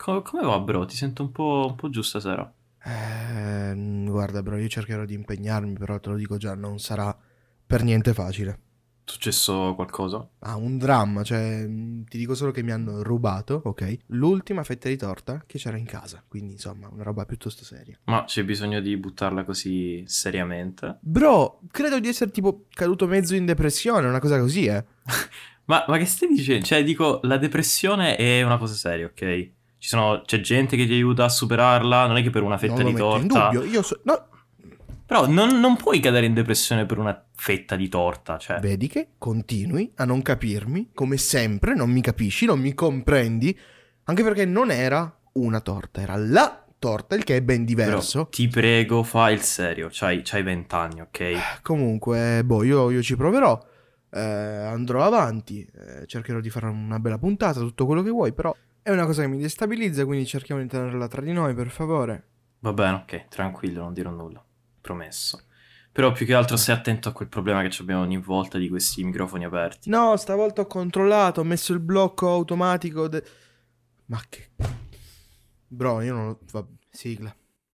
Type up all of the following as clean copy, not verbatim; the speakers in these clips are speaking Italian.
Come va, bro? Ti sento un po' giù stasera. Guarda, bro, io cercherò di impegnarmi, però te lo dico già, non sarà per niente facile. È successo qualcosa? Un dramma, cioè, ti dico solo che mi hanno rubato, ok? L'ultima fetta di torta che c'era in casa, quindi insomma, una roba piuttosto seria. Ma c'è bisogno di buttarla così seriamente? Bro, credo di essere tipo caduto mezzo in depressione, una cosa così, eh. Ma che stai dicendo? Cioè, dico, la depressione è una cosa seria, ok? C'è gente che ti aiuta a superarla, non è che per una Non fetta lo di metto in torta. dubbio, no, Però non puoi cadere in depressione per una fetta di torta, cioè. vedi che continui a non capirmi, come sempre, non mi capisci, non mi comprendi, anche perché non era una torta, era la torta, il che è ben Però, diverso. ti prego, fai il serio. C'hai 20 anni, ok? Comunque, boh, io ci proverò, andrò avanti, cercherò di fare una bella puntata, tutto quello che vuoi, però è una cosa che mi destabilizza, quindi cerchiamo di tenerla tra di noi, per favore. Va bene, ok, tranquillo, non dirò nulla. Promesso. Però più che altro stai attento a quel problema che abbiamo ogni volta di questi microfoni aperti. No, stavolta ho controllato, ho messo il blocco automatico. Ma che... Bro, io non lo... Sigla.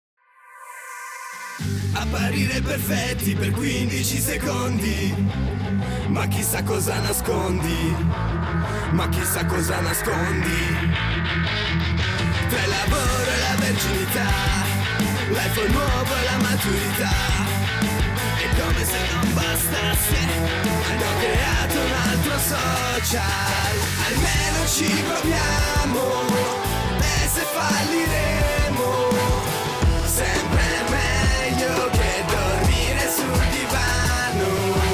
Apparire perfetti per 15 secondi. Ma chissà cosa nascondi. Ma chissà cosa nascondi. Tra il lavoro e la verginità, l'iPhone nuovo e la maturità. È come se non bastasse, hanno creato un altro social. Almeno ci proviamo, e se falliremo, sempre meglio che dormire sul divano.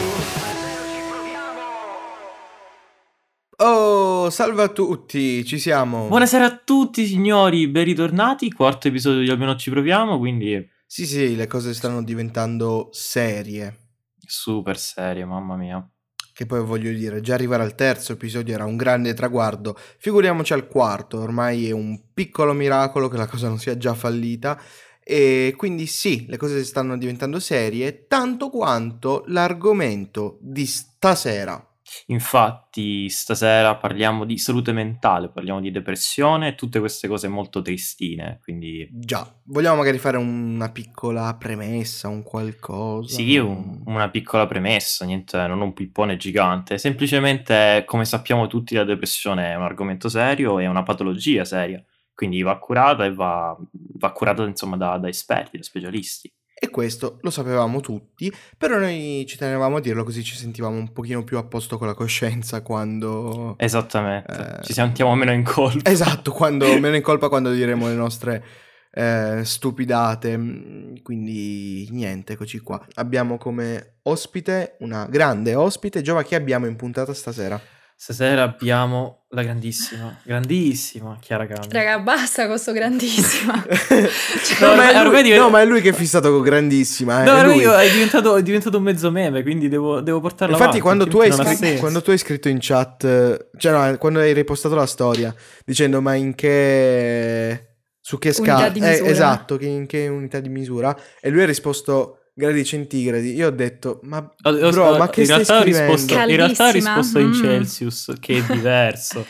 Oh, salve a tutti, ci siamo. Buonasera a tutti signori, ben ritornati, quarto episodio di Almeno ci proviamo, quindi Sì, le cose stanno diventando serie. super serio, mamma mia. Che poi voglio dire, già arrivare al terzo episodio era un grande traguardo. Figuriamoci al quarto, ormai è un piccolo miracolo che la cosa non sia già fallita. E quindi sì, le cose stanno diventando serie, tanto quanto l'argomento di stasera. Infatti stasera parliamo di salute mentale, parliamo di depressione, tutte queste cose molto tristine, quindi Già, vogliamo magari fare una piccola premessa, un qualcosa? sì, una piccola premessa, niente, non un pippone gigante, semplicemente come sappiamo tutti la depressione è un argomento serio, è una patologia seria, quindi va curata e va curata insomma da esperti, da specialisti. E questo lo sapevamo tutti, però noi ci tenevamo a dirlo così ci sentivamo un pochino più a posto con la coscienza quando... Esattamente, ci sentiamo meno in colpa. Esatto, quando meno in colpa quando diremo le nostre stupidate. Quindi niente, eccoci qua. Abbiamo come ospite una grande ospite. Giova, chi abbiamo in puntata stasera? Stasera abbiamo la grandissima Chiara Cami. Raga, basta con sto grandissima. No, ma è ormai lui, no, ma è lui che è fissato con grandissima. No, è lui. è diventato un mezzo meme, quindi devo portarlo Infatti, avanti. quando altrimenti tu hai scritto in chat, cioè no, quando hai ripostato la storia dicendo ma in che... su che Unità scala? di misura. Esatto, in che unità di misura? E lui ha risposto gradi centigradi. Io ho detto, ma bro, ma che stai scrivendo? In realtà ha Caldissima. risposto in Celsius, che è diverso.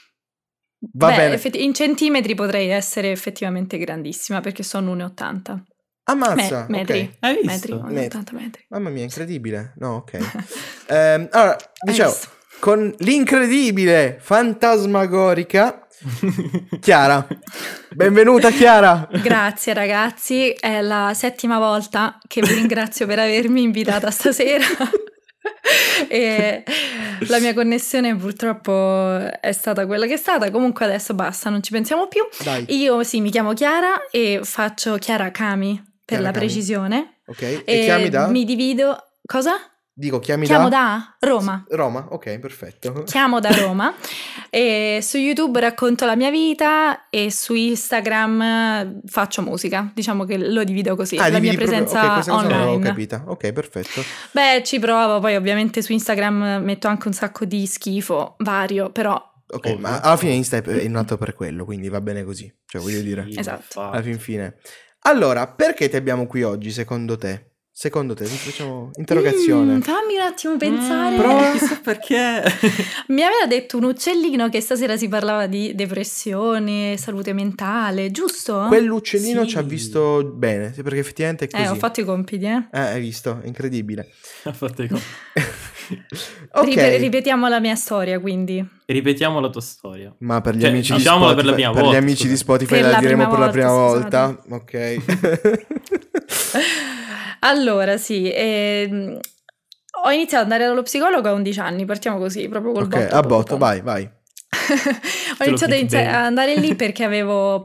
Va bene. In centimetri potrei essere effettivamente grandissima perché sono 1,80. Ammazza, Metri. ok. Hai Metri, visto? 1,80 metri. Mamma mia, incredibile. No, ok. Allora, dicevo, visto? con l'incredibile fantasmagorica Chiara. Benvenuta Chiara. Grazie ragazzi, è la 7ª volta che vi ringrazio per avermi invitata stasera. E la mia connessione purtroppo è stata quella che è stata. Comunque adesso basta, non ci pensiamo più. Dai. Io sì, mi chiamo Chiara e faccio Chiara Cami per Chiara la Cami. precisione. Ok. E chiami da? Mi divido... Cosa? Dico, chiami Chiamo da? da Roma. Roma, ok, perfetto. Chiamo da Roma e su YouTube racconto la mia vita e su Instagram faccio musica. Diciamo che lo divido così, la mia dividi proprio- presenza ok, questa cosa non l'avevo online. capita. Ok, perfetto. Beh, ci provo, poi ovviamente su Instagram metto anche un sacco di schifo vario, però Ok, Ovvio. ma alla fine Insta è nato per quello, quindi va bene così. Cioè, voglio dire, Esatto. alla fin fine. Allora, perché ti abbiamo qui oggi, secondo te? Secondo te, facciamo interrogazione. Fammi un attimo pensare. Prova. Chissà perché. Mi aveva detto un uccellino che stasera si parlava di depressione, salute mentale, giusto? Quell'uccellino Sì. ci ha visto bene, sì, perché effettivamente è così. Ho fatto i compiti, Hai visto? È incredibile. Ha fatto i compiti. Ok, Ripetiamo la mia storia, quindi. Ripetiamo la tua storia. ma per gli Cioè, amici di diciamola per Spotify, la prima per gli volta, amici di scusa. Spotify Per la la diremo prima per la prima volta, volta. Ok. Allora, sì, ho iniziato ad andare dallo psicologo a 11 anni, partiamo così, proprio col Ok, botto. a pom, botto, pom. vai. Ho iniziato clickbait. a andare lì perché avevo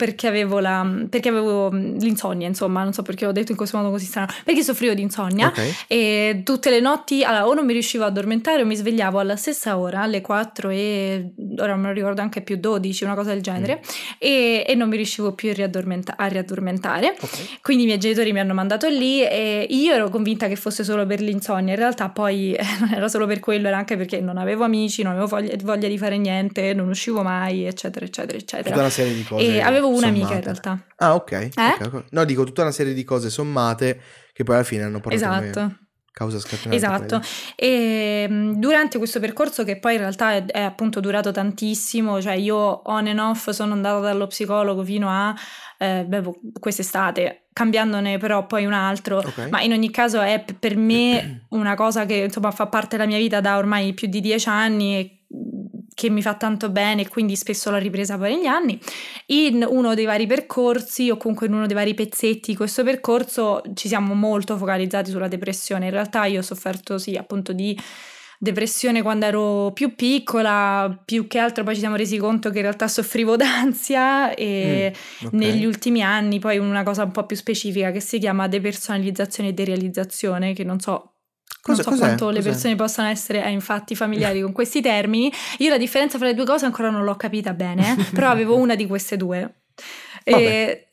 l'insonnia, insomma, non so perché ho detto in questo modo così strano, perché soffrivo di insonnia Ok. e tutte le notti, allora, o non mi riuscivo a addormentare o mi svegliavo alla stessa ora, alle 4 e ora me lo ricordo anche più 12, una cosa del genere, e non mi riuscivo più a riaddormentare. Ok. Quindi i miei genitori mi hanno mandato lì e io ero convinta che fosse solo per l'insonnia, in realtà poi non era solo per quello, era anche perché non avevo amici, non avevo voglia di fare niente, non uscivo mai, eccetera, eccetera, eccetera. Tutta una serie di cose E avevo un'amica sommate. in realtà. Ah, ok. Ok. No, dico tutta una serie di cose sommate che poi alla fine hanno portato a me Esatto. causa scatenante. Esatto, e durante questo percorso che poi in realtà è appunto durato tantissimo, cioè io on and off sono andata dallo psicologo fino a quest'estate, cambiandone però poi un altro, Ok. ma in ogni caso è per me una cosa che insomma fa parte della mia vita da ormai più di 10 anni e che mi fa tanto bene e quindi spesso l'ho ripresa poi negli anni. In uno dei vari percorsi o comunque in uno dei vari pezzetti di questo percorso ci siamo molto focalizzati sulla depressione. In realtà io ho sofferto sì appunto di depressione quando ero più piccola, più che altro poi ci siamo resi conto che in realtà soffrivo d'ansia e negli ultimi anni poi una cosa un po' più specifica che si chiama depersonalizzazione e derealizzazione, che non so quanto le persone possano essere infatti familiari con questi termini. Io la differenza fra le due cose ancora non l'ho capita bene, però avevo una di queste due. È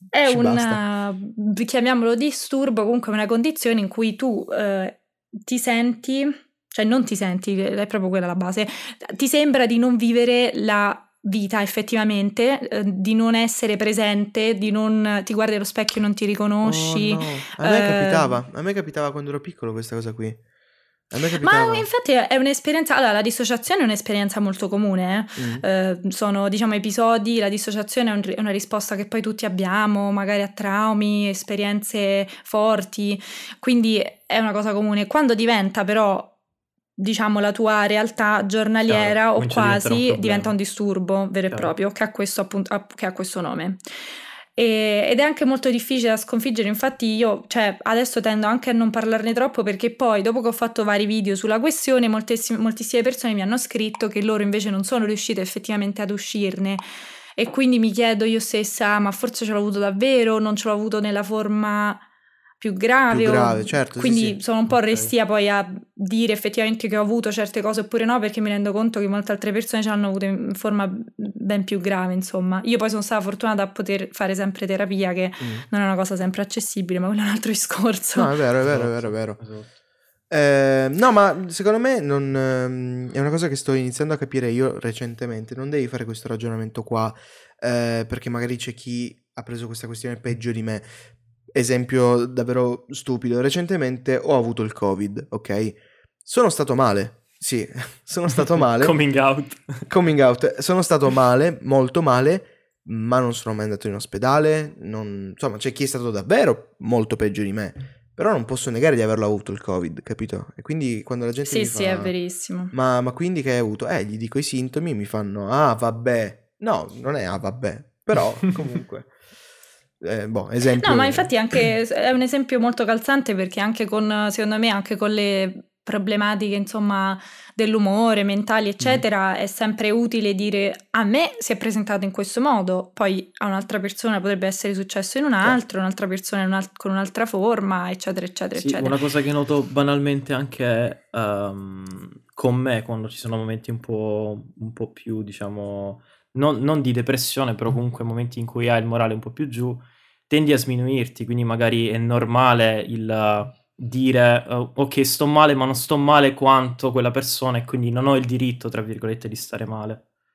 chiamiamolo disturbo, comunque una condizione in cui tu ti senti, cioè non ti senti, è proprio quella la base, ti sembra di non vivere la vita effettivamente, di non essere presente, di non ti guardi allo specchio e non ti riconosci. Oh, no. A me capitava quando ero piccolo questa cosa qui. A me capitava. Ma infatti è un'esperienza, allora la dissociazione è un'esperienza molto comune, sono diciamo episodi, la dissociazione è una risposta che poi tutti abbiamo, magari a traumi, esperienze forti, quindi è una cosa comune. Quando diventa però diciamo la tua realtà giornaliera o quasi diventa un disturbo vero e proprio che ha questo appunto che ha questo nome. Ed è anche molto difficile da sconfiggere, infatti io adesso tendo anche a non parlarne troppo perché poi dopo che ho fatto vari video sulla questione moltissime persone mi hanno scritto che loro invece non sono riuscite effettivamente ad uscirne e quindi mi chiedo io stessa ma forse ce l'ho avuto davvero, non ce l'ho avuto nella forma più grave, certo, quindi sì. sono un po' restia poi a dire effettivamente che ho avuto certe cose oppure no, perché mi rendo conto che molte altre persone ce l'hanno avute in forma ben più grave, insomma. Io poi sono stata fortunata a poter fare sempre terapia, che non è una cosa sempre accessibile, ma quello è un altro discorso. No, è vero. No, ma secondo me è una cosa che sto iniziando a capire io recentemente. Non devi fare questo ragionamento qua, perché magari c'è chi ha preso questa questione peggio di me. Esempio davvero stupido, recentemente ho avuto il Covid, ok? Sono stato male, sì, sono stato male. Coming out, sono stato male, molto male, ma non sono mai andato in ospedale, insomma c'è chi è stato davvero molto peggio di me, però non posso negare di averlo avuto il Covid, capito? E quindi quando la gente mi fa... Sì, è verissimo. Ma quindi che hai avuto? Gli dico i sintomi e mi fanno, ah vabbè, no, non è ah vabbè, però comunque... esempio. No, ma infatti anche è un esempio molto calzante perché anche secondo me anche con le problematiche insomma dell'umore, mentali eccetera è sempre utile dire a me si è presentato in questo modo, poi a un'altra persona potrebbe essere successo in un altro, un'altra persona con un'altra forma eccetera eccetera eccetera. Una cosa che noto banalmente anche con me quando ci sono momenti un po' più diciamo non di depressione, però comunque momenti in cui hai il morale un po' più giù, tendi a sminuirti, quindi magari è normale il dire ok, sto male, ma non sto male quanto quella persona e quindi non ho il diritto, tra virgolette, di stare male.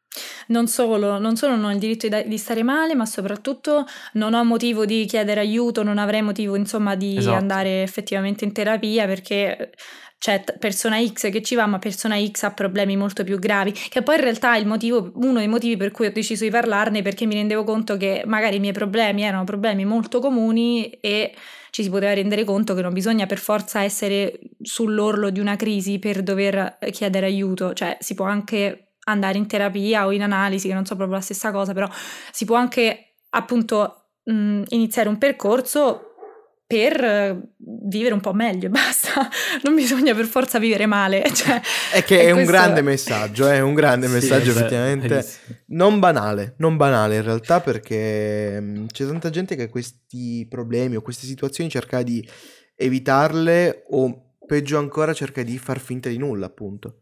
non solo non ho il diritto di stare male, ma soprattutto non ho motivo di chiedere aiuto, non avrei motivo insomma di Esatto. andare effettivamente in terapia, perché c'è persona X che ci va, ma persona X ha problemi molto più gravi, che poi in realtà uno dei motivi per cui ho deciso di parlarne, perché mi rendevo conto che magari i miei problemi erano problemi molto comuni e ci si poteva rendere conto che non bisogna per forza essere sull'orlo di una crisi per dover chiedere aiuto, cioè si può anche andare in terapia o in analisi, che non so proprio la stessa cosa, però si può anche appunto iniziare un percorso per vivere un po' meglio e basta, non bisogna per forza vivere male, cioè, È che è un questo grande messaggio, è un grande Sì, messaggio beh, effettivamente, verissimo. non banale in realtà, perché c'è tanta gente che questi problemi o queste situazioni cerca di evitarle o peggio ancora cerca di far finta di nulla, appunto.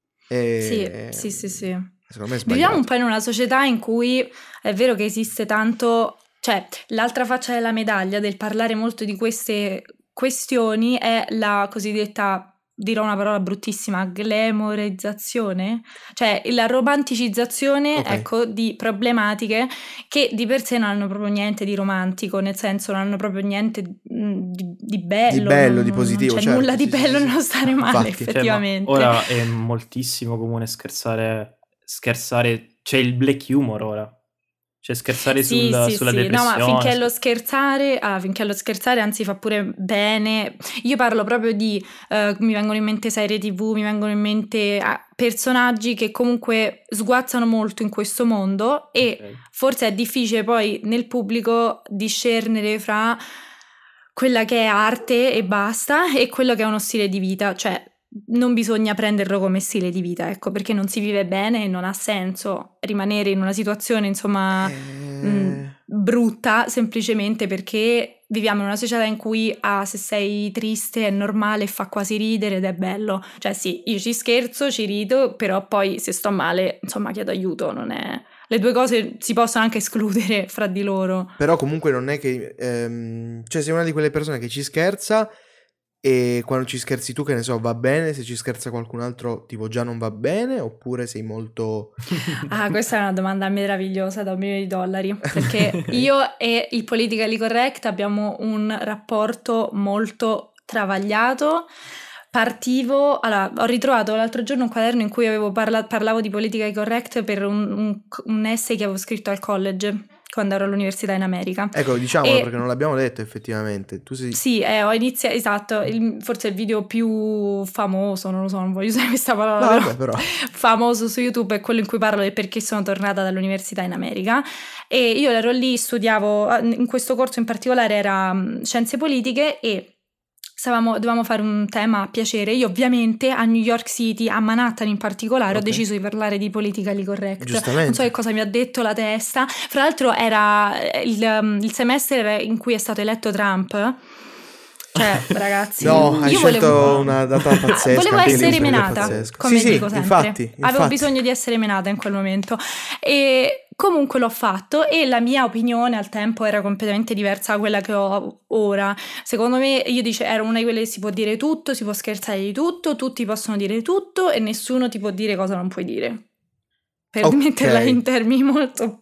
E sì. secondo me è Viviamo un sbagliato. po' in una società in cui è vero che esiste tanto, cioè l'altra faccia della medaglia del parlare molto di queste questioni è la cosiddetta, dirò una parola bruttissima, glamorizzazione, cioè la romanticizzazione, Ok. ecco, di problematiche che di per sé non hanno proprio niente di romantico, nel senso non hanno proprio niente di bello, Di bello, non, di non positivo, c'è certo, nulla di sì, sì, bello sì, nello sì. stare male, Infatti. effettivamente. Ma ora è moltissimo comune scherzare, c'è il black humor ora, cioè scherzare Sì, sulla no, ma depressione. finché lo scherzare anzi fa pure bene. Io parlo proprio di, mi vengono in mente serie TV, mi vengono in mente personaggi che comunque sguazzano molto in questo mondo e Ok. forse è difficile poi nel pubblico discernere fra quella che è arte e basta e quello che è uno stile di vita, cioè non bisogna prenderlo come stile di vita, ecco, perché non si vive bene e non ha senso rimanere in una situazione, insomma, brutta, semplicemente perché viviamo in una società in cui se sei triste è normale e fa quasi ridere ed è bello. Cioè sì, io ci scherzo, ci rido, però poi se sto male, insomma, chiedo aiuto, non è... Le due cose si possono anche escludere fra di loro. Però comunque non è che cioè sei una di quelle persone che ci scherza e quando ci scherzi tu, che ne so, va bene, se ci scherza qualcun altro tipo già non va bene, oppure sei molto... Questa è una domanda meravigliosa da $1.000.000, perché io e il politically correct abbiamo un rapporto molto travagliato. Allora, ho ritrovato l'altro giorno un quaderno in cui parlavo di politically correct per un essay che avevo scritto al college quando ero all'università in America. Ecco, diciamolo E perché non l'abbiamo detto effettivamente. Tu sei... sì, ho iniziato, esatto, forse il video più famoso, non lo so, non voglio usare questa parola, No, però vabbè, però. famoso su YouTube è quello in cui parlo del perché sono tornata dall'università in America e io ero lì, studiavo, in questo corso in particolare era scienze politiche e dovevamo fare un tema a piacere. Io ovviamente a New York City, a Manhattan in particolare, ho Ok. deciso di parlare di politically correct. Giustamente. Non so che cosa mi ha detto la testa. Fra l'altro era il semestre in cui è stato eletto Trump. Cioè, ragazzi, No, hai io scelto una data pazzesca. volevo anche lì essere un periodo menata, pazzesco. come Sì, dico sì, sempre. infatti. Avevo bisogno di essere menata in quel momento e comunque l'ho fatto e la mia opinione al tempo era completamente diversa da quella che ho ora. Secondo me io ero una di quelle che si può dire tutto, si può scherzare di tutto, tutti possono dire tutto e nessuno ti può dire cosa non puoi dire. Per Ok. metterla in termini molto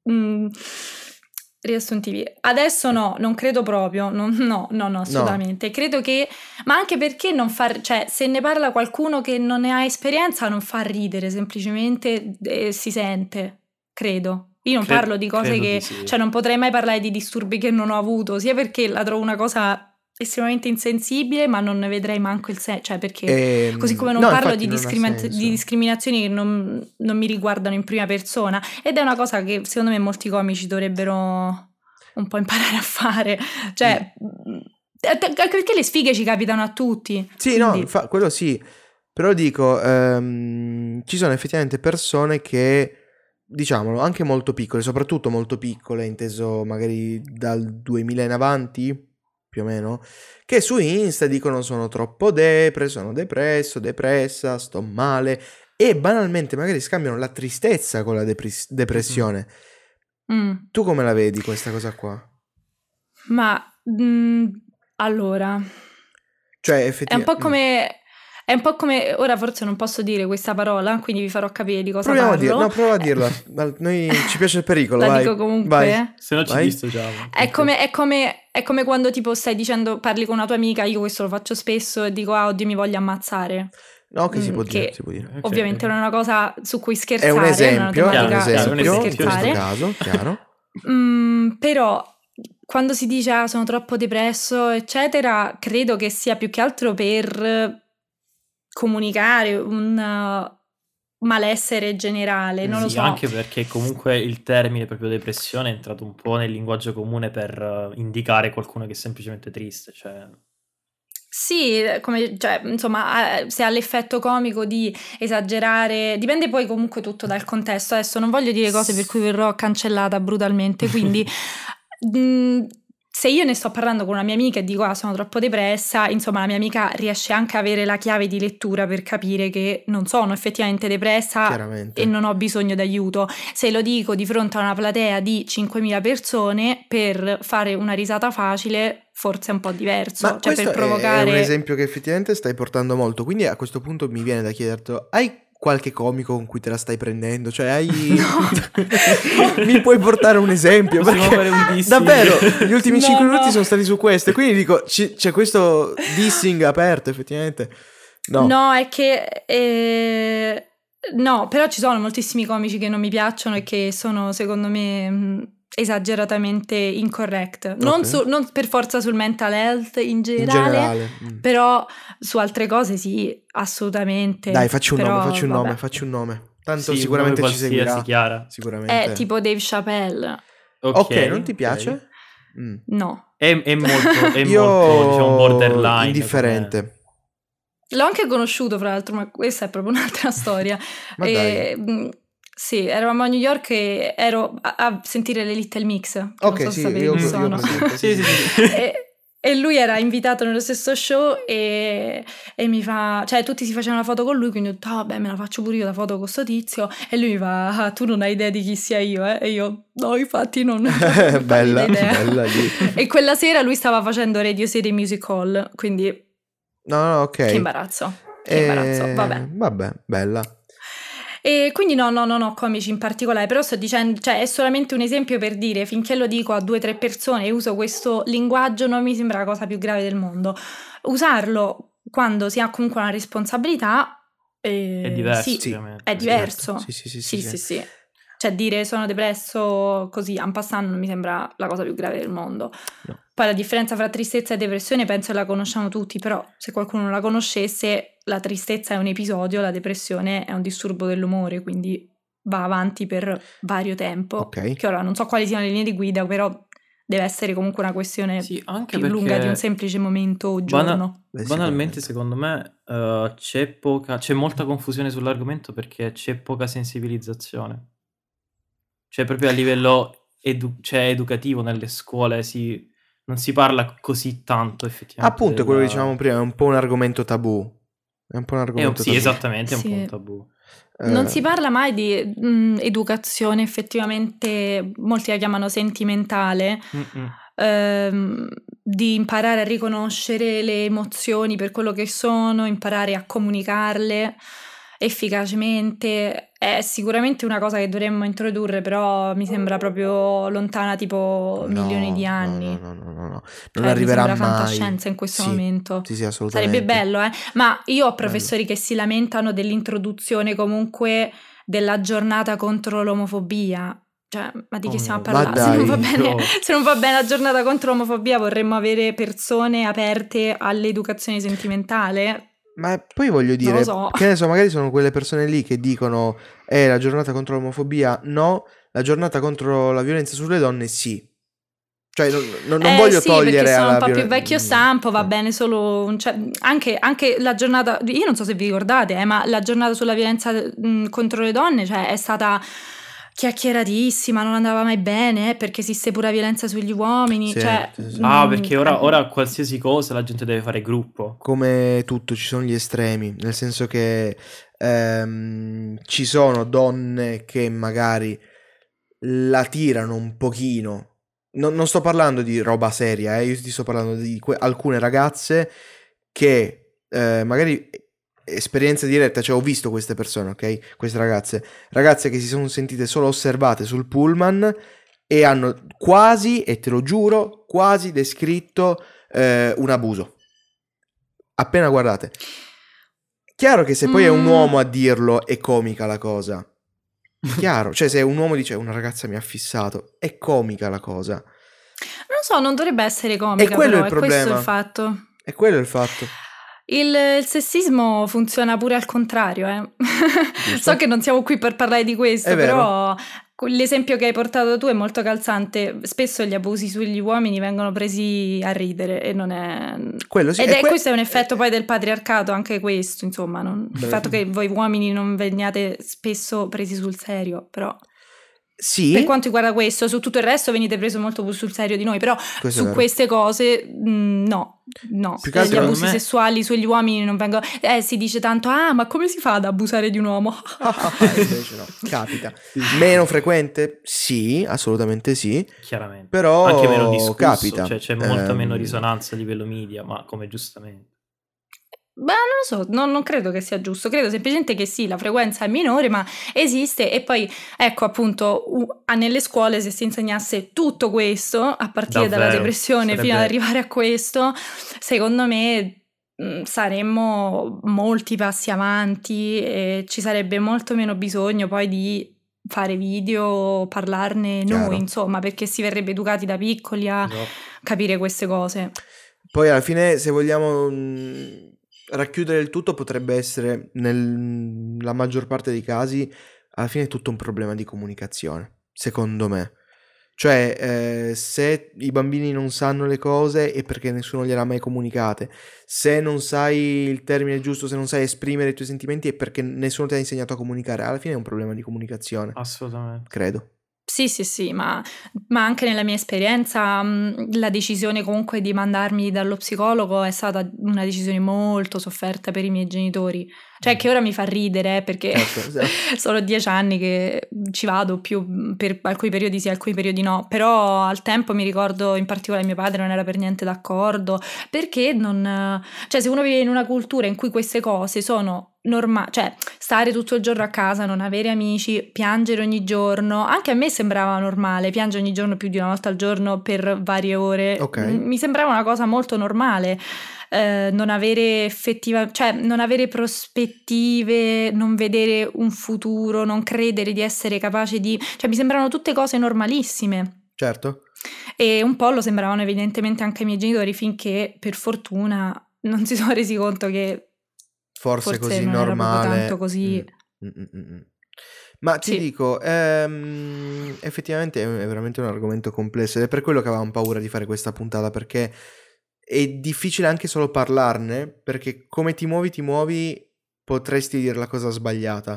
riassuntivi. Adesso no, non credo proprio, no, assolutamente. Credo che, ma anche perché non far, cioè se ne parla qualcuno che non ne ha esperienza non fa ridere, semplicemente si sente, credo. Io non parlo di cose credo che, di sì. cioè non potrei mai parlare di disturbi che non ho avuto, sia perché la trovo una cosa estremamente insensibile, ma non ne vedrei manco il senso, cioè perché così come non no, parlo infatti di, non ha senso. di discriminazioni che non mi riguardano in prima persona ed è una cosa che secondo me molti comici dovrebbero un po' imparare a fare, cioè perché le sfighe ci capitano a tutti. Sì, quindi... no, quello sì, però dico, ci sono effettivamente persone che, diciamolo, anche molto piccole, soprattutto molto piccole, inteso magari dal 2000 in avanti, più o meno, che su Insta dicono sono troppo sono depresso, depressa, sto male, e banalmente magari scambiano la tristezza con la depressione. Tu come la vedi questa cosa qua? Ma allora... Cioè, è un po' come... È un po' come, ora forse non posso dire questa parola, quindi vi farò capire di cosa Proviamo a parlo. no, prova a dirla. Noi ci piace il pericolo, La vai. dico comunque. Vai. Se no ci Vai. dissociamo. È come quando tipo stai dicendo, parli con una tua amica, io questo lo faccio spesso e dico oddio mi voglio ammazzare. No, che si può che dire, si può dire. Ok, ovviamente ok. non è una cosa su cui scherzare, È un esempio, non è una Chiaro, tematica chiaro, su un cui esempio. in questo scherzare. caso, chiaro. Però quando si dice sono troppo depresso, eccetera, credo che sia più che altro per comunicare un malessere generale, non lo Sì, so. anche perché comunque il termine proprio depressione è entrato un po' nel linguaggio comune per indicare qualcuno che è semplicemente triste, cioè... Sì, cioè, insomma, se ha l'effetto comico di esagerare, dipende poi comunque tutto dal contesto. Adesso non voglio dire cose per cui verrò cancellata brutalmente, quindi se io ne sto parlando con una mia amica e dico sono troppo depressa, insomma la mia amica riesce anche a avere la chiave di lettura per capire che non sono effettivamente depressa Chiaramente. e non ho bisogno d'aiuto. Se lo dico di fronte a una platea di 5.000 persone per fare una risata facile, forse è un po' diverso. Ma cioè questo per provocare... è un esempio che effettivamente stai portando molto, quindi a questo punto mi viene da chiederti, hai qualche comico con cui te la stai prendendo? Cioè hai... mi puoi portare un esempio? Possiamo Perché fare un dissing. davvero, gli ultimi No, 5 no. minuti sono stati su questo, e quindi dico, c'è questo dissing aperto effettivamente. No. È che... no, però ci sono moltissimi comici che non mi piacciono e che sono, secondo me, esageratamente incorrect. Ok. Non per forza sul mental health in In generale, generale. però su altre cose sì, assolutamente. Dai, facci un Però, nome, vabbè. Tanto Sì, sicuramente un ci nome qualsiasi, seguirà. Chiara. Sicuramente. È tipo Dave Chappelle. Ok, non ti ok. piace? No. È molto, Io diciamo, borderline. indifferente. L'ho anche conosciuto, fra l'altro, ma questa è proprio un'altra storia. Ma dai. Sì, eravamo a New York e ero a sentire le Little Mix, che non Ok, so sì, se sapete io chi sono. presente, Sì, sì, sì. E lui era invitato nello stesso show e mi fa, cioè tutti si facevano la foto con lui, quindi ho detto vabbè me la faccio pure io la foto con sto tizio, e lui mi fa tu non hai idea di chi sia io, e io no infatti non ho bella idea. lì. E quella sera lui stava facendo Radio City Music Hall, quindi No, ok. che imbarazzo, vabbè. Bella. E quindi no, non ho comici in particolare, però sto dicendo, cioè è solamente un esempio per dire, finché lo dico a 2 o 3 persone e uso questo linguaggio non mi sembra la cosa più grave del mondo. Usarlo quando si ha comunque una responsabilità È diverso, sì, ovviamente. è diverso. Sì. Cioè dire sono depresso così en passant non mi sembra la cosa più grave del mondo. No. Poi la differenza fra tristezza e depressione penso che la conosciamo tutti, però se qualcuno non la conoscesse, la tristezza è un episodio, la depressione è un disturbo dell'umore, quindi va avanti per vario tempo. Ok. Che ora non so quali siano le linee di guida, però deve essere comunque una questione Sì, anche più lunga perché di un semplice momento o giorno. banalmente, secondo me, c'è molta confusione sull'argomento perché c'è poca sensibilizzazione. Cioè, proprio a livello educativo nelle scuole non si parla così tanto, effettivamente. Appunto, quello che dicevamo prima, è un po' un argomento tabù. È un po' un argomento sì, tabù. esattamente, è un po' Sì. un tabù. Non si parla mai di educazione, effettivamente molti la chiamano sentimentale, di imparare a riconoscere le emozioni per quello che sono, imparare a comunicarle efficacemente. È sicuramente una cosa che dovremmo introdurre, però mi sembra proprio lontana tipo milioni di anni. No. Non Cioè, arriverà mi sembra mai. fantascienza in questo momento. Sì, assolutamente. Sarebbe bello, ma io ho professori che si lamentano dell'introduzione comunque della giornata contro l'omofobia. Cioè, ma di che stiamo a parlare? Se non va bene la giornata contro l'omofobia, vorremmo avere persone aperte all'educazione sentimentale. Ma poi voglio dire, non lo so. Che ne so, magari sono quelle persone lì che dicono la giornata contro l'omofobia no, la giornata contro la violenza sulle donne sì. Cioè non voglio togliere perché sono alla un po' più vecchio stampo, va bene solo anche la giornata, io non so se vi ricordate, ma la giornata sulla violenza contro le donne, cioè è stata chiacchieratissima, non andava mai bene, perché esiste pure la violenza sugli uomini. Sì. Perché ora qualsiasi cosa la gente deve fare gruppo. Come tutto, ci sono gli estremi, nel senso che ci sono donne che magari la tirano un pochino. Non sto parlando di roba seria, io ti sto parlando di alcune ragazze che magari esperienza diretta, cioè ho visto queste persone, ok? Queste ragazze che si sono sentite solo osservate sul pullman e hanno quasi, e te lo giuro, quasi descritto un abuso. Appena guardate. Chiaro che se poi è un uomo a dirlo è comica la cosa. Chiaro, cioè se un uomo dice una ragazza mi ha fissato, è comica la cosa. Non so, non dovrebbe essere comica, E quello però è il problema. questo il fatto. E quello è il fatto. Il sessismo funziona pure al contrario, So che non siamo qui per parlare di questo, È vero. però l'esempio che hai portato tu è molto calzante. Spesso gli abusi sugli uomini vengono presi a ridere e non è... Quello sì, Ed questo è un effetto poi del patriarcato, anche questo, insomma, il fatto che voi uomini non veniate spesso presi sul serio, però... Sì. Per quanto riguarda questo, su tutto il resto venite preso molto più sul serio di noi, però su queste cose no. Più che altro gli abusi sessuali sugli uomini non vengono... si dice tanto, ma come si fa ad abusare di un uomo? Invece no, capita. Meno frequente? Sì, assolutamente sì. Chiaramente. Però anche meno discusso, capita. Cioè c'è molta meno risonanza a livello media, ma come giustamente. Beh, non lo so, non credo che sia giusto, credo semplicemente che sì, la frequenza è minore, ma esiste. E poi, ecco, appunto, nelle scuole se si insegnasse tutto questo, a partire dalla depressione fino ad arrivare a questo, secondo me saremmo molti passi avanti e ci sarebbe molto meno bisogno poi di fare video, parlarne noi, insomma, perché si verrebbe educati da piccoli a capire queste cose. Poi alla fine, se vogliamo racchiudere il tutto, potrebbe essere nella maggior parte dei casi alla fine è tutto un problema di comunicazione, secondo me. Cioè se i bambini non sanno le cose è perché nessuno gliel'ha mai comunicate. Se non sai il termine giusto, se non sai esprimere i tuoi sentimenti è perché nessuno ti ha insegnato a comunicare. Alla fine è un problema di comunicazione. Assolutamente. Credo. Sì, ma anche nella mia esperienza la decisione comunque di mandarmi dallo psicologo è stata una decisione molto sofferta per i miei genitori. Cioè che ora mi fa ridere perché sono 10 anni che ci vado, più per alcuni periodi sì, alcuni periodi no, però al tempo mi ricordo in particolare mio padre non era per niente d'accordo, perché cioè se uno vive in una cultura in cui queste cose sono normali, cioè stare tutto il giorno a casa, non avere amici, piangere ogni giorno, anche a me sembrava normale, piangere ogni giorno più di una volta al giorno per varie ore, mi sembrava una cosa molto normale. Non avere cioè non avere prospettive, non vedere un futuro, non credere di essere capace di... Cioè mi sembrano tutte cose normalissime. Certo. E un po' lo sembravano evidentemente anche ai miei genitori finché per fortuna non si sono resi conto che forse così non normale. Era tanto così. Ma ti dico, effettivamente è veramente un argomento complesso ed è per quello che avevamo paura di fare questa puntata, perché è difficile anche solo parlarne, perché come ti muovi potresti dire la cosa sbagliata.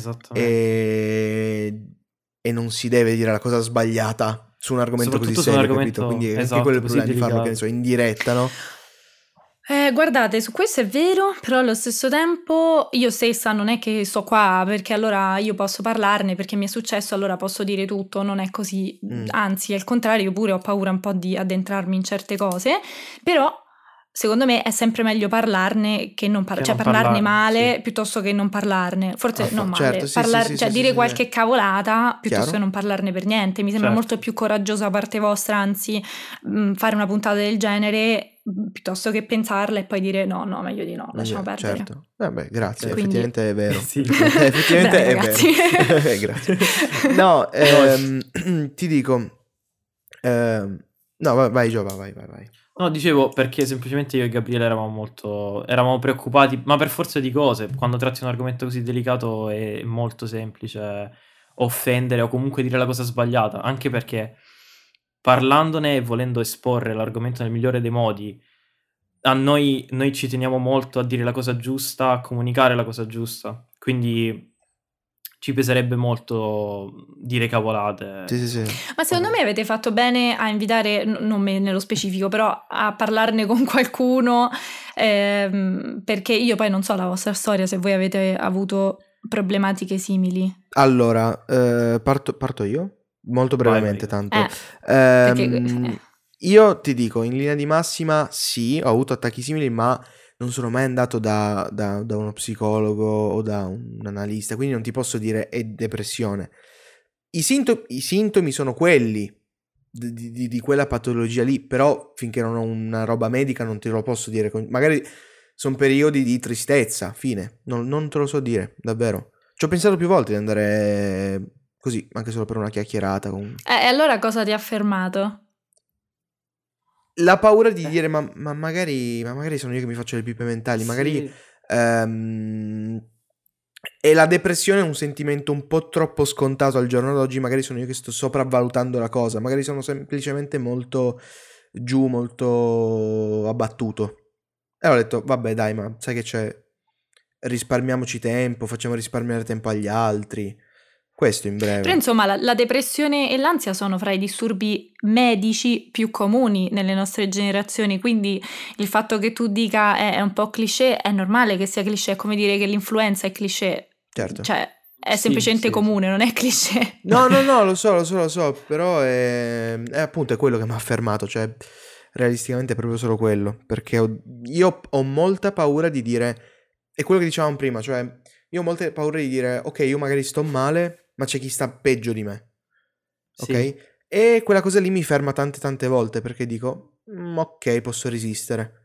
Esattamente. E non si deve dire la cosa sbagliata su un argomento così serio, capito? Quindi è anche quello il problema di farlo, che ne so, in diretta, no? Guardate, su questo è vero, però allo stesso tempo io stessa non è che sto qua perché allora io posso parlarne perché mi è successo, allora posso dire tutto, non è così, anzi, al contrario, io pure ho paura un po' di addentrarmi in certe cose, però secondo me è sempre meglio parlarne che non parlare, cioè parlarne male piuttosto che non parlarne, forse non male, cioè dire qualche cavolata piuttosto che non parlarne per niente, mi sembra molto più coraggiosa da parte vostra, anzi fare una puntata del genere piuttosto che pensarla e poi dire no, meglio di no, lasciamo perdere. Certo. Vabbè, grazie, quindi... effettivamente è vero. Effettivamente è vero. Grazie. No, ti dico no, vai Giova, vai. No, dicevo perché semplicemente io e Gabriele eravamo preoccupati, ma per forza di cose, quando tratti un argomento così delicato è molto semplice offendere o comunque dire la cosa sbagliata, anche perché parlandone e volendo esporre l'argomento nel migliore dei modi, noi ci teniamo molto a dire la cosa giusta, a comunicare la cosa giusta, quindi ci peserebbe molto dire cavolate. Sì. Ma secondo me avete fatto bene a invitare, non me nello specifico, però a parlarne con qualcuno, perché io poi non so la vostra storia, se voi avete avuto problematiche simili. Allora, parto io? Molto brevemente, tanto. Perché... Io ti dico, in linea di massima sì, ho avuto attacchi simili, ma non sono mai andato da uno psicologo o da un analista, quindi non ti posso dire è depressione. I sintomi sono quelli di quella patologia lì, però finché non ho una roba medica non te lo posso dire. Magari sono periodi di tristezza, fine. Non te lo so dire, davvero. Ci ho pensato più volte di andare così, anche solo per una chiacchierata. E allora cosa ti ha fermato? La paura di dire ma magari sono io che mi faccio le pipe mentali, magari Sì. e la depressione è un sentimento un po' troppo scontato al giorno d'oggi, magari sono io che sto sopravvalutando la cosa, magari sono semplicemente molto giù, molto abbattuto. E ho detto, vabbè dai, ma sai che c'è, risparmiamoci tempo, facciamo risparmiare tempo agli altri. Questo in breve. Però insomma la depressione e l'ansia sono fra i disturbi medici più comuni nelle nostre generazioni, quindi il fatto che tu dica è un po' cliché, è normale che sia cliché, è come dire che l'influenza è cliché, Certo. cioè è Sì, semplicemente sì, comune, non è cliché. No, lo so, però è appunto è quello che mi ha fermato, cioè realisticamente è proprio solo quello, perché io ho molta paura di dire, è quello che dicevamo prima, cioè io ho molte paure di dire, ok, io magari sto male, ma c'è chi sta peggio di me, ok? Sì. E quella cosa lì mi ferma tante volte, perché dico, ok, posso resistere.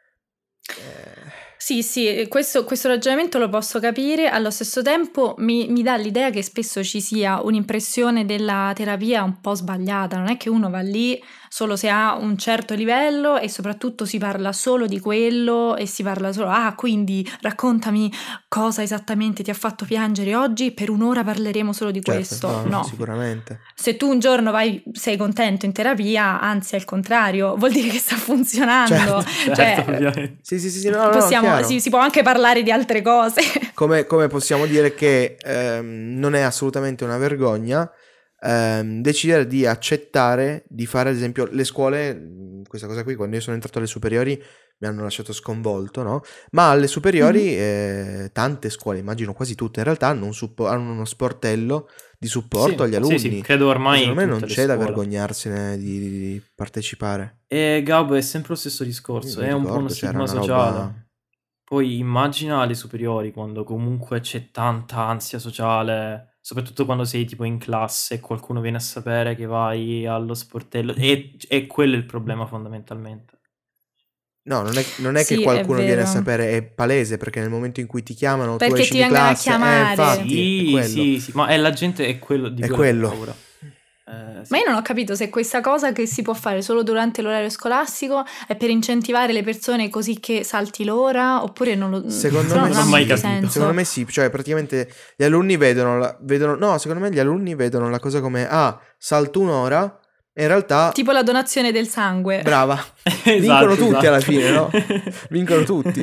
Sì, questo ragionamento lo posso capire, allo stesso tempo mi dà l'idea che spesso ci sia un'impressione della terapia un po' sbagliata, non è che uno va lì solo se ha un certo livello e soprattutto si parla solo di quello e si parla solo, quindi raccontami cosa esattamente ti ha fatto piangere oggi, per un'ora parleremo solo di Certo, questo, no, no. sicuramente. Se tu un giorno sei contento in terapia, anzi è il contrario, vuol dire che sta funzionando. Certo, ovviamente. Sì, no, chiaro. Si può anche parlare di altre cose. Come possiamo dire che non è assolutamente una vergogna decidere di accettare di fare, ad esempio, le scuole, questa cosa qui, quando io sono entrato alle superiori mi hanno lasciato sconvolto, no? Ma alle superiori tante scuole, immagino quasi tutte in realtà, hanno uno sportello di supporto agli alunni. Sì, credo ormai secondo me non tutte le c'è da scuole. vergognarsene di partecipare. E Gab, è sempre lo stesso discorso, Io mi è un po' ricordo, uno c'era stigma una sociale. roba... Poi immagina alle superiori, quando comunque c'è tanta ansia sociale, soprattutto quando sei tipo in classe e qualcuno viene a sapere che vai allo sportello, e quello è il problema fondamentalmente. No, non è che Sì, è qualcuno viene a vero. sapere, è palese, perché nel momento in cui ti chiamano, tu Perché esci ti di vengono a classe, chiamare. infatti, è quello. Sì, ma la gente è quello di È quello che ha quello. paura. Sì. Ma io non ho capito se questa cosa che si può fare solo durante l'orario scolastico è per incentivare le persone così che salti l'ora, oppure non lo... Secondo però me non ha non ho mai molto capito. senso. Secondo me sì, cioè praticamente gli alunni vedono no, secondo me gli alunni vedono la cosa come salto un'ora e in realtà Tipo la donazione del sangue. brava. Vincono tutti alla fine, no? Vincono tutti.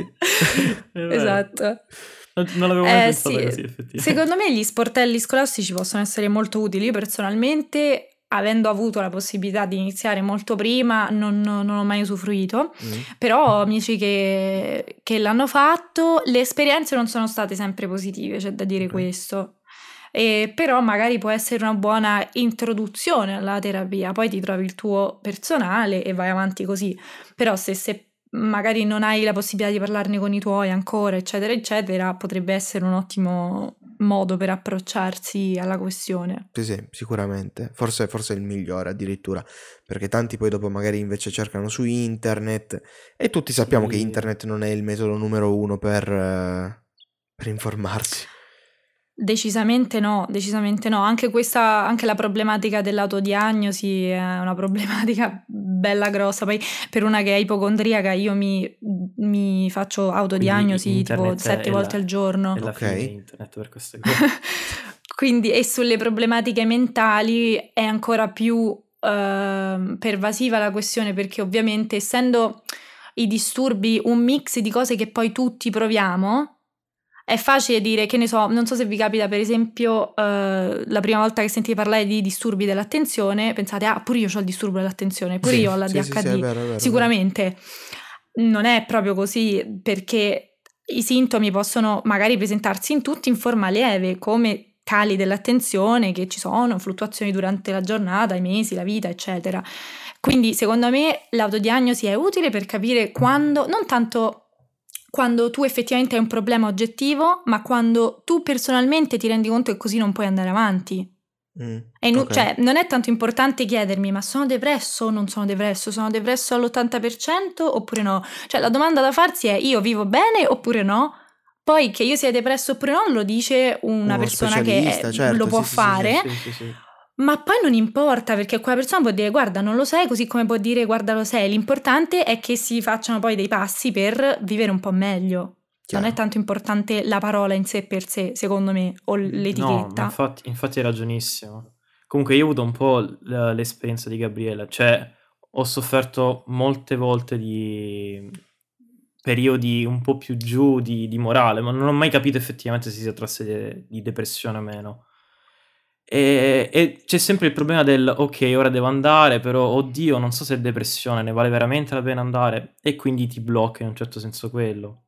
Esatto. Non l'avevo mai pensato sì. così, effettivamente. Secondo me gli sportelli scolastici possono essere molto utili. Io personalmente, avendo avuto la possibilità di iniziare molto prima, non ho mai usufruito. Però amici che l'hanno fatto, le esperienze non sono state sempre positive, c'è da dire questo. Però magari può essere una buona introduzione alla terapia, poi ti trovi il tuo personale e vai avanti così. Però se magari non hai la possibilità di parlarne con i tuoi ancora, eccetera, eccetera, potrebbe essere un ottimo modo per approcciarsi alla questione. Sì, sicuramente. Forse è il migliore addirittura, perché tanti poi dopo magari invece cercano su internet e tutti sappiamo che internet non è il metodo numero uno per informarsi. Decisamente no. Anche la problematica dell'autodiagnosi è una problematica bella grossa. Poi per una che è ipocondriaca io mi faccio autodiagnosi tipo 7 volte al giorno. È la fine di internet per queste cose. Quindi, e sulle problematiche mentali è ancora più pervasiva la questione, perché ovviamente essendo i disturbi un mix di cose che poi tutti proviamo, è facile dire, che ne so, non so se vi capita per esempio la prima volta che sentite parlare di disturbi dell'attenzione, pensate, pure io ho il disturbo dell'attenzione, pure io ho la DHD. Sì, è vero, sicuramente non è proprio così, perché i sintomi possono magari presentarsi in tutti in forma lieve, come cali dell'attenzione che ci sono, fluttuazioni durante la giornata, i mesi, la vita, eccetera. Quindi secondo me l'autodiagnosi è utile per capire quando, non tanto quando tu effettivamente hai un problema oggettivo, ma quando tu personalmente ti rendi conto che così non puoi andare avanti. Ok. Cioè, non è tanto importante chiedermi, ma sono depresso o non sono depresso? Sono depresso all'80% oppure no? Cioè, la domanda da farsi è: io vivo bene oppure no? Poi che io sia depresso oppure no lo dice una Uno persona specialista, lo certo, può sì, sì, sì, sì. fare, Sì. ma poi non importa, perché quella persona può dire guarda non lo sei, così come può dire guarda lo sei. L'importante è che si facciano poi dei passi per vivere un po' meglio. Non è Chiaro. tanto importante la parola in sé per sé, secondo me, o No, ma l'etichetta. infatti hai ragionissimo. Comunque io ho avuto un po' l'esperienza di Gabriele, cioè ho sofferto molte volte di periodi un po' più giù di morale, ma non ho mai capito effettivamente se si trattasse di depressione o meno. E c'è sempre il problema del ok, ora devo andare, però oddio, non so se è depressione, ne vale veramente la pena andare? E quindi ti blocca in un certo senso quello.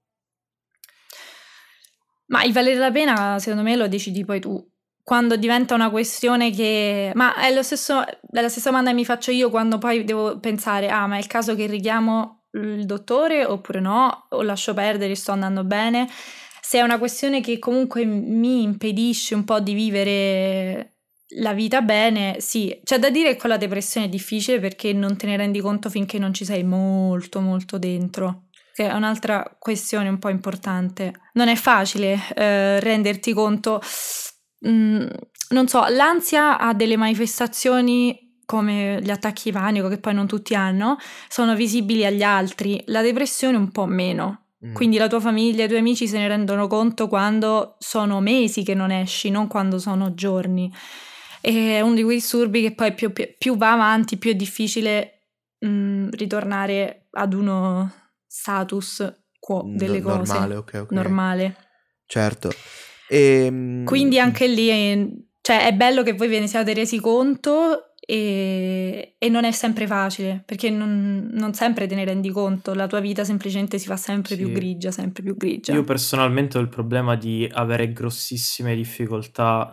Ma il valere la pena, secondo me, lo decidi poi tu. Quando diventa una questione che... Ma è la stessa domanda che mi faccio io quando poi devo pensare, ma è il caso che richiamo il dottore oppure no? O lascio perdere, sto andando bene? Se è una questione che comunque mi impedisce un po' di vivere la vita bene, sì. C'è da dire che con la depressione è difficile perché non te ne rendi conto finché non ci sei molto, molto dentro. Che è un'altra questione un po' importante. Non è facile renderti conto, non so, l'ansia ha delle manifestazioni come gli attacchi di panico, che poi non tutti hanno, sono visibili agli altri, la depressione un po' meno. Quindi la tua famiglia, i tuoi amici se ne rendono conto quando sono mesi che non esci, non quando sono giorni. È uno di quei disturbi che poi più va avanti, più è difficile ritornare ad uno status quo delle cose Normale, ok. normale. Certo. Quindi anche lì cioè, è bello che voi ve ne siate resi conto e non è sempre facile, perché non sempre te ne rendi conto, la tua vita semplicemente si fa sempre più Sì. grigia, sempre più grigia. Io personalmente ho il problema di avere grossissime difficoltà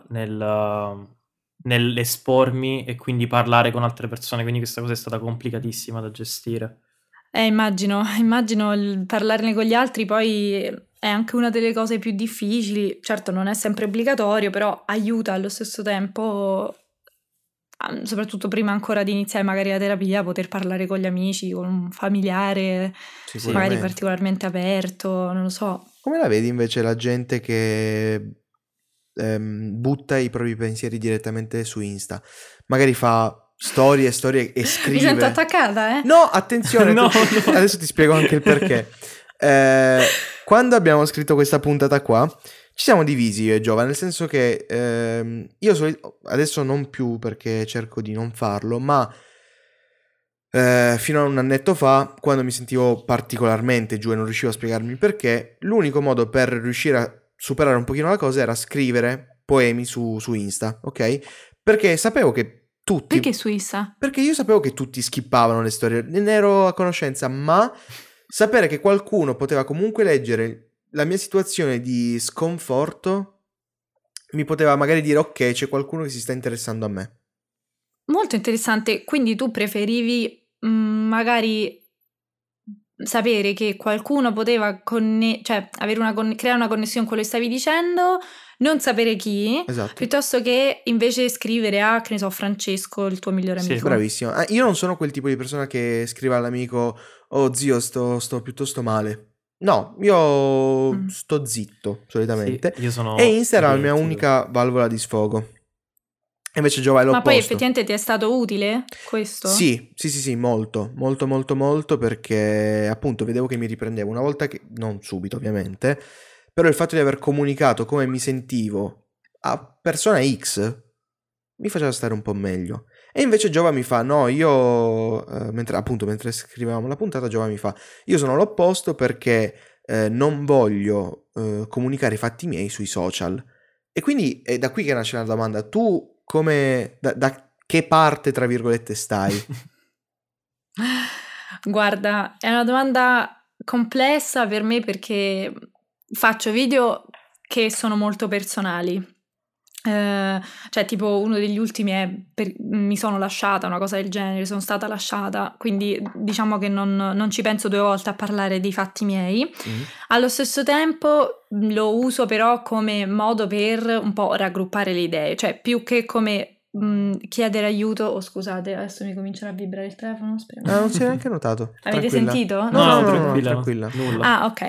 nell'espormi e quindi parlare con altre persone, quindi questa cosa è stata complicatissima da gestire. Immagino il parlarne con gli altri poi è anche una delle cose più difficili. Certo non è sempre obbligatorio, però aiuta allo stesso tempo, soprattutto prima ancora di iniziare magari la terapia, poter parlare con gli amici, con un familiare magari particolarmente aperto, non lo so. Come la vedi invece la gente che butta i propri pensieri direttamente su Insta? Magari fa storie e scrive. Mi sento attaccata, No, attenzione, No. adesso ti spiego anche il perché. Quando abbiamo scritto questa puntata qua, ci siamo divisi io e Giova, nel senso che io adesso non più perché cerco di non farlo, ma fino a un annetto fa, quando mi sentivo particolarmente giù e non riuscivo a spiegarmi il perché, l'unico modo per riuscire a superare un pochino la cosa era scrivere poemi su Insta, ok? Perché sapevo che tutti... Perché su Insta? Perché io sapevo che tutti skippavano le storie, ne ero a conoscenza, ma sapere che qualcuno poteva comunque leggere la mia situazione di sconforto mi poteva magari dire ok, c'è qualcuno che si sta interessando a me. Molto interessante, quindi tu preferivi magari sapere che qualcuno poteva cioè avere creare una connessione con quello che stavi dicendo, non sapere chi, Esatto. piuttosto che invece scrivere a, che ne so, Francesco, il tuo migliore Sì, amico. Bravissimo. Io non sono quel tipo di persona che scrive all'amico oh zio sto piuttosto male. No, io sto zitto solitamente. Sì, io sono E Insta era la mia identico. unica valvola di sfogo. E invece Giova è Ma l'opposto. poi effettivamente ti è stato utile questo? Sì, molto, perché appunto vedevo che mi riprendevo una volta che, non subito ovviamente, però il fatto di aver comunicato come mi sentivo a persona X mi faceva stare un po' meglio. E invece Giova mi fa, no, io, mentre scrivevamo la puntata, Giova mi fa, io sono l'opposto perché non voglio comunicare i fatti miei sui social. E quindi è da qui che nasce la domanda, tu come, da che parte, tra virgolette, stai? Guarda, è una domanda complessa per me perché faccio video che sono molto personali. Cioè tipo uno degli ultimi è mi sono lasciata, una cosa del genere, sono stata lasciata, quindi diciamo che non ci penso 2 volte a parlare dei fatti miei. Allo stesso tempo lo uso però come modo per un po' raggruppare le idee, cioè più che come chiedere aiuto. Scusate, adesso mi comincerà a vibrare il telefono, speriamo. Non si è neanche notato. Avete Tranquilla. sentito? No, tranquilla. Nulla. Ok.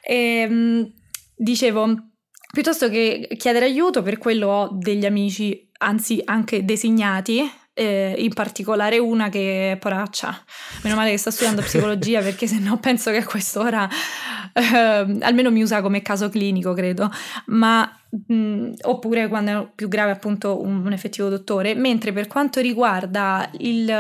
Dicevo, piuttosto che chiedere aiuto, per quello ho degli amici, anzi anche designati, in particolare una che poraccia, meno male che sta studiando psicologia, perché sennò penso che a quest'ora almeno mi usa come caso clinico, credo, ma oppure quando è più grave appunto un effettivo dottore. Mentre per quanto riguarda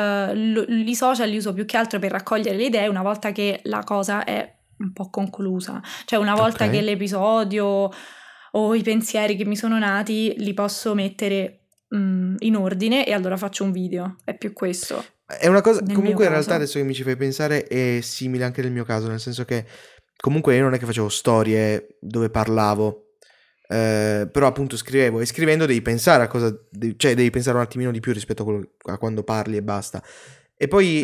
i social li uso più che altro per raccogliere le idee una volta che la cosa è un po' conclusa, cioè una volta che l'episodio o i pensieri che mi sono nati li posso mettere in ordine, e allora faccio un video. È più questo. È una cosa, comunque in realtà adesso che mi ci fai pensare è simile anche nel mio caso, nel senso che comunque io non è che facevo storie dove parlavo, però appunto scrivevo, e scrivendo devi pensare a cosa, cioè devi pensare un attimino di più rispetto a quando parli e basta. E poi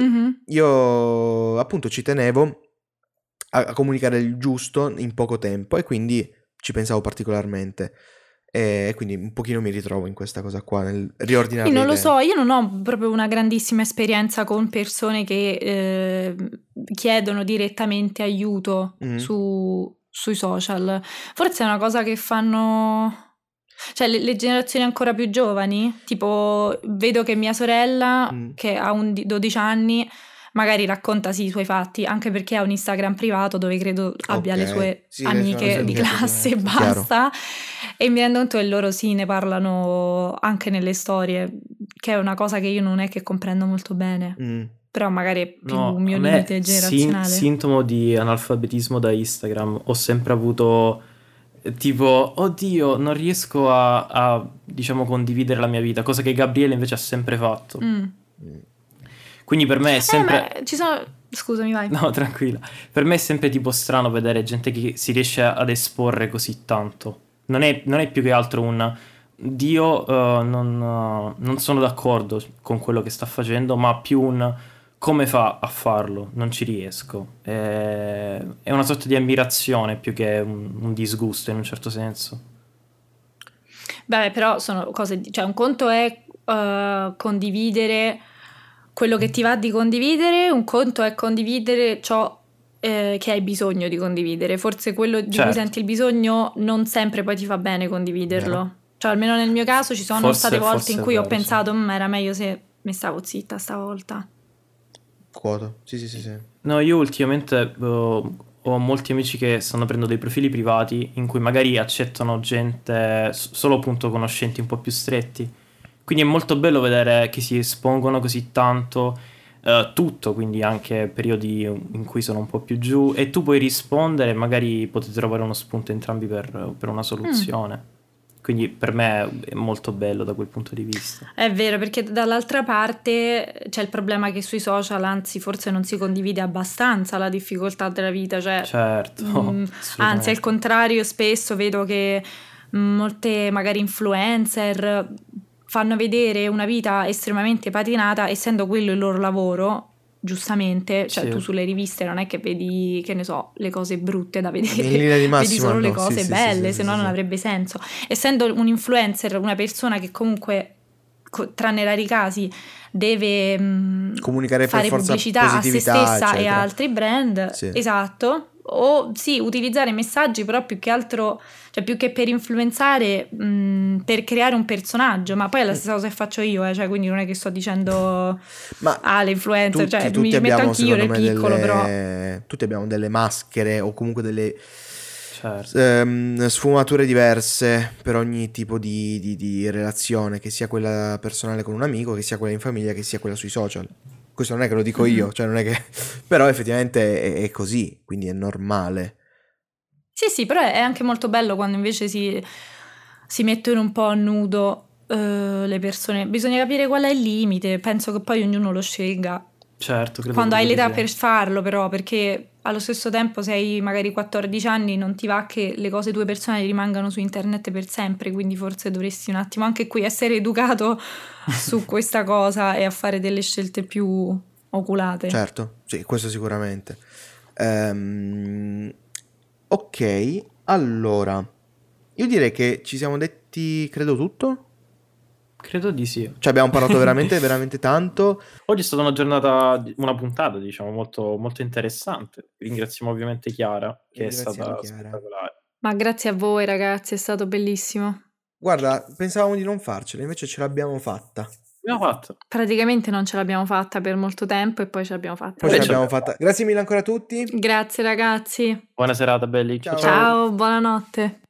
io appunto ci tenevo a comunicare il giusto in poco tempo, e quindi ci pensavo particolarmente. E quindi un pochino mi ritrovo in questa cosa qua, nel riordinare le idee. Non lo so, io non ho proprio una grandissima esperienza con persone che chiedono direttamente aiuto sui social. Forse è una cosa che fanno, cioè le generazioni ancora più giovani. Tipo vedo che mia sorella che ha 12 anni magari racconta i suoi fatti, anche perché ha un Instagram privato dove credo abbia le sue amiche di classe e basta. E mi rendo conto che loro ne parlano anche nelle storie, che è una cosa che io non è che comprendo molto bene. Però magari è più un mio limite generazionale. Sintomo di analfabetismo da Instagram. Ho sempre avuto tipo, oddio, non riesco a diciamo condividere la mia vita, cosa che Gabriele invece ha sempre fatto. Quindi per me è sempre... ci sono... Scusami, vai. No, tranquilla. Per me è sempre tipo strano vedere gente che si riesce ad esporre così tanto. Non è più che altro un... Dio, non sono d'accordo con quello che sta facendo, ma più un... Come fa a farlo? Non ci riesco. È una sorta di ammirazione più che un disgusto in un certo senso. Beh, però sono cose... Cioè, un conto è condividere quello che ti va di condividere, un conto è condividere ciò che hai bisogno di condividere. Forse quello di cui senti il bisogno non sempre poi ti fa bene condividerlo. Cioè, almeno nel mio caso ci sono state volte in cui ho pensato era meglio se mi stavo zitta stavolta. Quoto. Sì. No, io ultimamente ho molti amici che stanno aprendo dei profili privati in cui magari accettano gente, solo appunto conoscenti un po' più stretti. Quindi è molto bello vedere che si espongono così tanto, tutto, quindi anche periodi in cui sono un po' più giù, e tu puoi rispondere e magari potete trovare uno spunto entrambi per una soluzione. Quindi per me è molto bello da quel punto di vista. È vero, perché dall'altra parte c'è il problema che sui social, anzi forse non si condivide abbastanza la difficoltà della vita, cioè, certo. Anzi al contrario, spesso vedo che molte magari influencer fanno vedere una vita estremamente patinata, essendo quello il loro lavoro, giustamente. Cioè tu sulle riviste non è che vedi, che ne so, le cose brutte da vedere, in linea di massima, vedi solo le cose belle, se no non avrebbe senso. Essendo un influencer una persona che comunque, tranne rari casi, deve comunicare fare per forza pubblicità a se stessa, eccetera, e a altri brand, esatto, o utilizzare messaggi però più che altro, cioè più che per influenzare, per creare un personaggio. Ma poi è la stessa cosa che faccio io, cioè quindi non è che sto dicendo le influencer, cioè mi metto anch'io nel piccolo, però tutti abbiamo delle maschere o comunque delle sfumature diverse per ogni tipo di relazione, che sia quella personale con un amico, che sia quella in famiglia, che sia quella sui social. Questo non è che lo dico io, cioè non è che... però effettivamente è così, quindi è normale. Sì, però è anche molto bello quando invece si mettono un po' a nudo le persone. Bisogna capire qual è il limite, penso che poi ognuno lo scelga. Certo, credo quando hai l'età per farlo, però, perché allo stesso tempo se hai magari 14 anni non ti va che le cose tue personali rimangano su internet per sempre, quindi forse dovresti un attimo anche qui essere educato su questa cosa e a fare delle scelte più oculate. Certo, sì, questo sicuramente. Ok, allora, io direi che ci siamo detti, credo, tutto. Credo di sì. Cioè abbiamo parlato veramente, veramente tanto. Oggi è stata una giornata, una puntata, diciamo, molto, molto interessante. Ringraziamo ovviamente Chiara, che è Ringraziamo stata Chiara. spettacolare. Ma grazie a voi ragazzi, è stato bellissimo. Guarda, pensavamo di non farcela, invece ce l'abbiamo fatta. Abbiamo fatto. Praticamente non ce l'abbiamo fatta per molto tempo e poi ce l'abbiamo fatta. Poi ce Invece l'abbiamo fatta. Grazie mille ancora a tutti. Grazie ragazzi. Buona serata, belli. Ciao. Ciao, buonanotte.